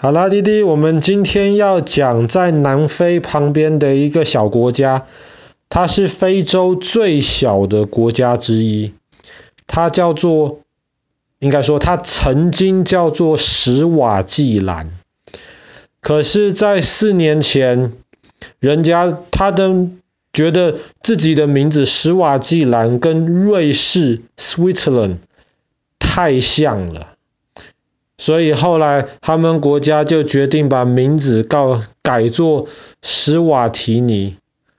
好啦，弟弟，我们今天要讲在南非旁边的一个小国家，它是非洲最小的国家之一，应该说它曾经叫做史瓦济兰。可是在4年前，他觉得自己的名字史瓦济兰跟瑞士 Switzerland 太像了，所以后来他们国家就决定把名字改作史瓦提尼，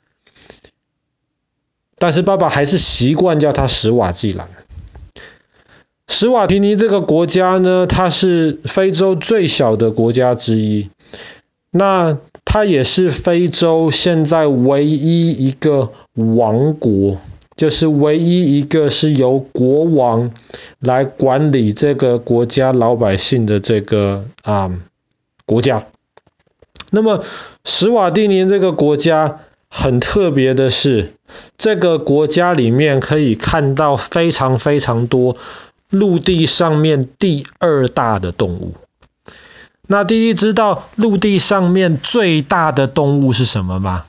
但是爸爸还是习惯叫它史瓦济兰。史瓦提尼这个国家呢，它是非洲最小的国家之一，那它也是非洲现在唯一一个王国，就是唯一一个是由国王来管理这个国家老百姓的这个国家。那么史瓦蒂尼这个国家很特别的是，这个国家里面可以看到非常非常多陆地上面第2大的动物。那弟弟知道陆地上面最大的动物是什么吗？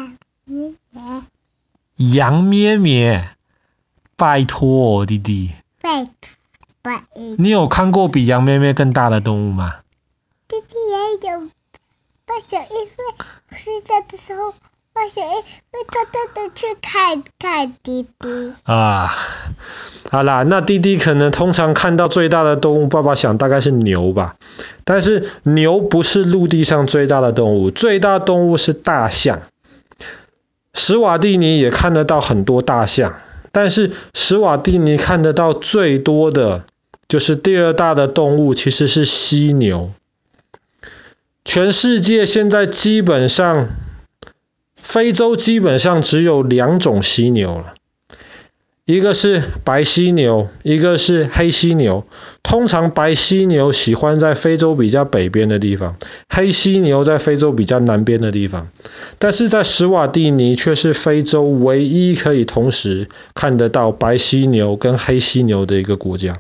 羊咩咩。拜托弟弟。你有看过比羊咩咩更大的动物吗？ 弟弟也有。把小一会睡觉的时候，把小一会偷偷的去看弟弟。 好啦，那弟弟可能通常看到最大的动物，爸爸想大概是牛吧。但是牛不是陆地上最大的动物，最大动物是大象。史瓦蒂尼也看得到很多大象，但是史瓦蒂尼看得到最多的就是第2大的动物其实是犀牛。全世界现在非洲基本上只有2种犀牛了，一个是白犀牛，一个是黑犀牛。通常白犀牛喜欢在非洲比较北边的地方，黑犀牛在非洲比较南边的地方。但是在史瓦蒂尼却是非洲唯一可以同时看得到白犀牛跟黑犀牛的一个国家。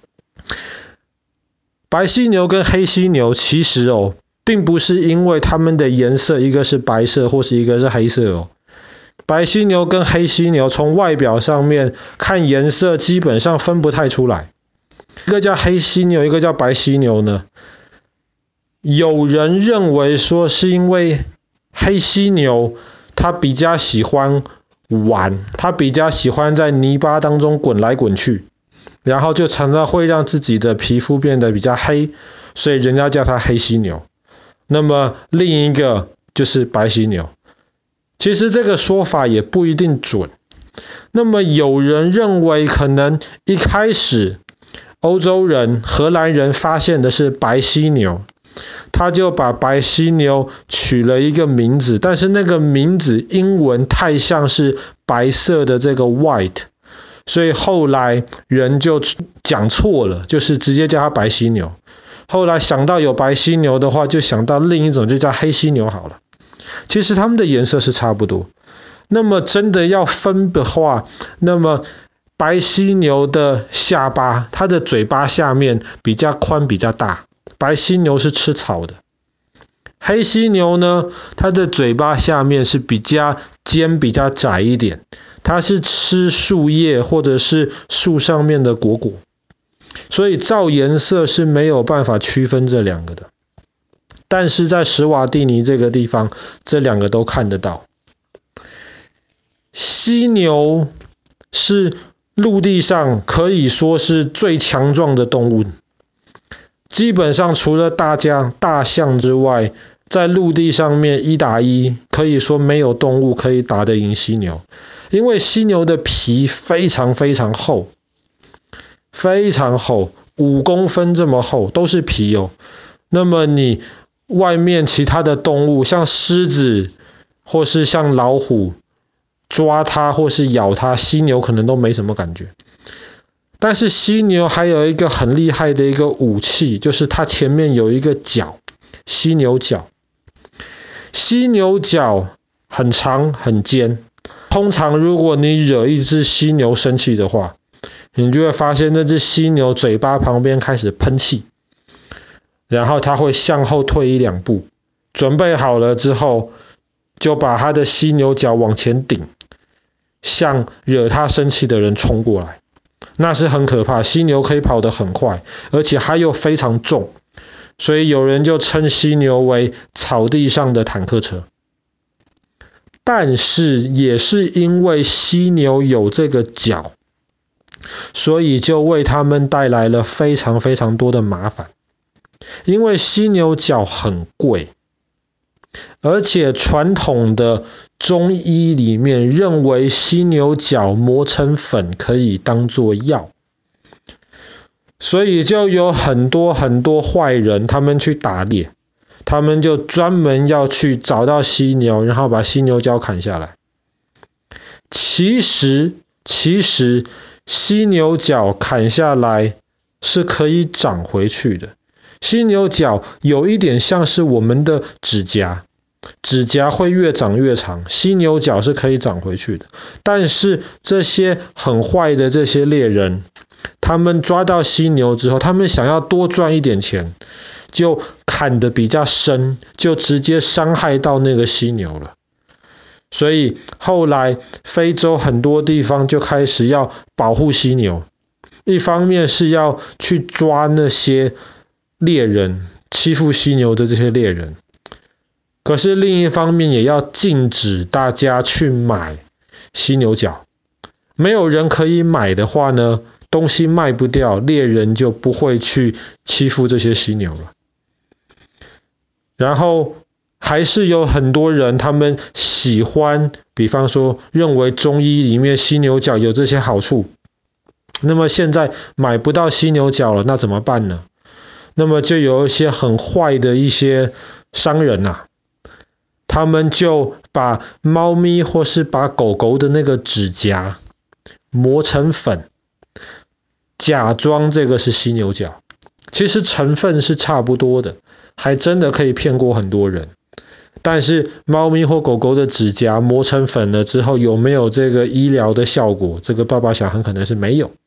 白犀牛跟黑犀牛其实并不是因为它们的颜色一个是白色或是一个是黑色白犀牛跟黑犀牛从外表上面看颜色基本上分不太出来，一个叫黑犀牛，一个叫白犀牛呢。有人认为说是因为黑犀牛它比较喜欢玩，它比较喜欢在泥巴当中滚来滚去，然后就常常会让自己的皮肤变得比较黑，所以人家叫它黑犀牛。那么另一个就是白犀牛，其实这个说法也不一定准。那么有人认为可能一开始欧洲人、荷兰人发现的是白犀牛，他就把白犀牛取了一个名字，但是那个名字英文太像是白色的这个 white， 所以后来人就讲错了，就是直接叫它白犀牛。后来想到有白犀牛的话，就想到另一种就叫黑犀牛好了。其实它们的颜色是差不多。那么真的要分的话，那么白犀牛的下巴，它的嘴巴下面比较宽比较大，白犀牛是吃草的。黑犀牛呢，它的嘴巴下面是比较尖比较窄一点，它是吃树叶或者是树上面的果。所以照颜色是没有办法区分这2个的，但是在史瓦蒂尼这个地方，这2个都看得到。犀牛是陆地上可以说是最强壮的动物，基本上除了大象之外，在陆地上面1打1，可以说没有动物可以打得赢犀牛，因为犀牛的皮非常非常厚，非常厚，5公分这么厚，都是皮那么你外面其他的动物，像狮子或是像老虎，抓它或是咬它，犀牛可能都没什么感觉。但是犀牛还有一个很厉害的一个武器，就是它前面有一个角，犀牛角。犀牛角很长很尖，通常如果你惹一只犀牛生气的话，你就会发现那只犀牛嘴巴旁边开始喷气， 然后他会向后退一两步，准备好了之后，就把他的犀牛角往前顶，向惹他生气的人冲过来。那是很可怕，犀牛可以跑得很快，而且它又非常重，所以有人就称犀牛为草地上的坦克车。但是也是因为犀牛有这个角，所以就为他们带来了非常非常多的麻烦。因为犀牛角很贵，而且传统的中医里面认为犀牛角磨成粉可以当作药，所以就有很多很多坏人他们去打猎，他们就专门要去找到犀牛，然后把犀牛角砍下来。其实犀牛角砍下来是可以长回去的。犀牛角有一点像是我们的指甲，指甲会越长越长，犀牛角是可以长回去的。但是这些很坏的这些猎人，他们抓到犀牛之后，他们想要多赚一点钱，就砍得比较深，就直接伤害到那个犀牛了。所以后来非洲很多地方就开始要保护犀牛，一方面是要去抓那些猎人，欺负犀牛的这些猎人，可是另一方面也要禁止大家去买犀牛角。没有人可以买的话呢，东西卖不掉，猎人就不会去欺负这些犀牛了。然后还是有很多人他们喜欢，比方说认为中医里面犀牛角有这些好处，那么现在买不到犀牛角了，那怎么办呢？那么就有一些很坏的一些商人啊，他们就把猫咪或是把狗狗的那个指甲磨成粉，假装这个是犀牛角，其实成分是差不多的，还真的可以骗过很多人。但是猫咪或狗狗的指甲磨成粉了之后，有没有这个医疗的效果？这个爸爸想很可能是没有。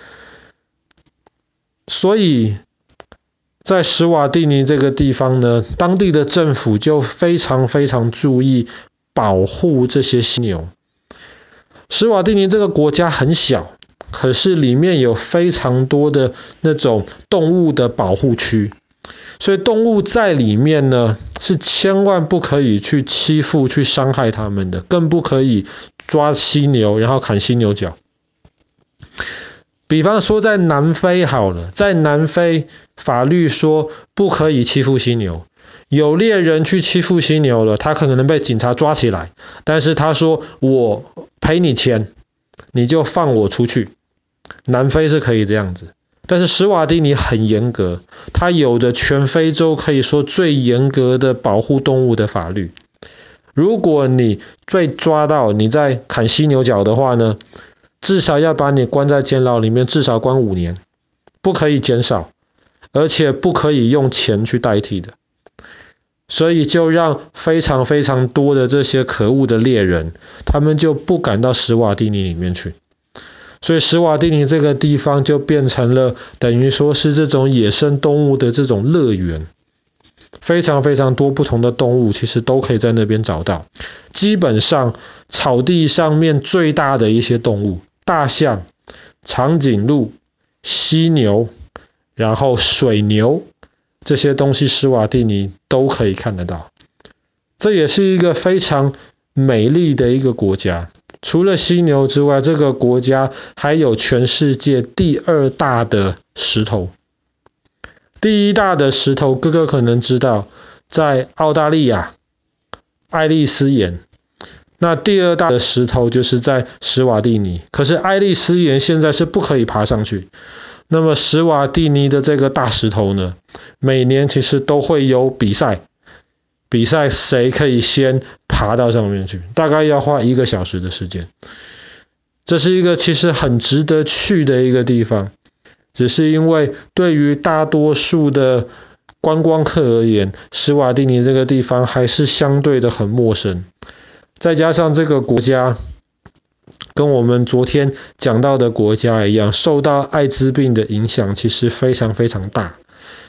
所以在史瓦蒂尼这个地方呢，当地的政府就非常非常注意保护这些犀牛。史瓦蒂尼这个国家很小，可是里面有非常多的那种动物的保护区，所以动物在里面呢是千万不可以去欺负去伤害它们的，更不可以抓犀牛然后砍犀牛角。比方说在南非好了，在南非法律说不可以欺负犀牛，有猎人去欺负犀牛了，他可能被警察抓起来，但是他说我赔你钱，你就放我出去。南非是可以这样子，但是史瓦蒂尼很严格，它有的全非洲可以说最严格的保护动物的法律。如果你被抓到你在砍犀牛角的话呢，至少要把你关在监牢里面，至少关5年，不可以减少，而且不可以用钱去代替的。所以就让非常非常多的这些可恶的猎人，他们就不敢到史瓦蒂尼里面去。所以史瓦蒂尼这个地方就变成了等于说是这种野生动物的这种乐园，非常非常多不同的动物其实都可以在那边找到。基本上草地上面最大的一些动物，大象、长颈鹿、犀牛，然后水牛，这些东西史瓦蒂尼都可以看得到。这也是一个非常美丽的一个国家。除了犀牛之外，这个国家还有全世界第2大的石头。第1大的石头哥哥可能知道，在澳大利亚爱丽丝岩。那第2大的石头就是在史瓦蒂尼，可是爱丽丝岩现在是不可以爬上去。那么史瓦蒂尼的这个大石头呢，每年其实都会有比赛谁可以先爬到上面去，大概要花1个小时的时间。这是一个其实很值得去的一个地方，只是因为对于大多数的观光客而言，史瓦蒂尼这个地方还是相对的很陌生。再加上这个国家跟我们昨天讲到的国家一样，受到艾滋病的影响其实非常非常大，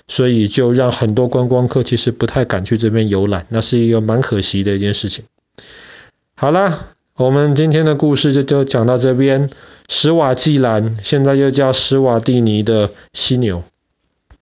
所以就让很多观光客其实不太敢去这边游览，那是一个蛮可惜的一件事情。好啦，我们今天的故事就讲到这边。史瓦济兰现在又叫史瓦蒂尼的犀牛。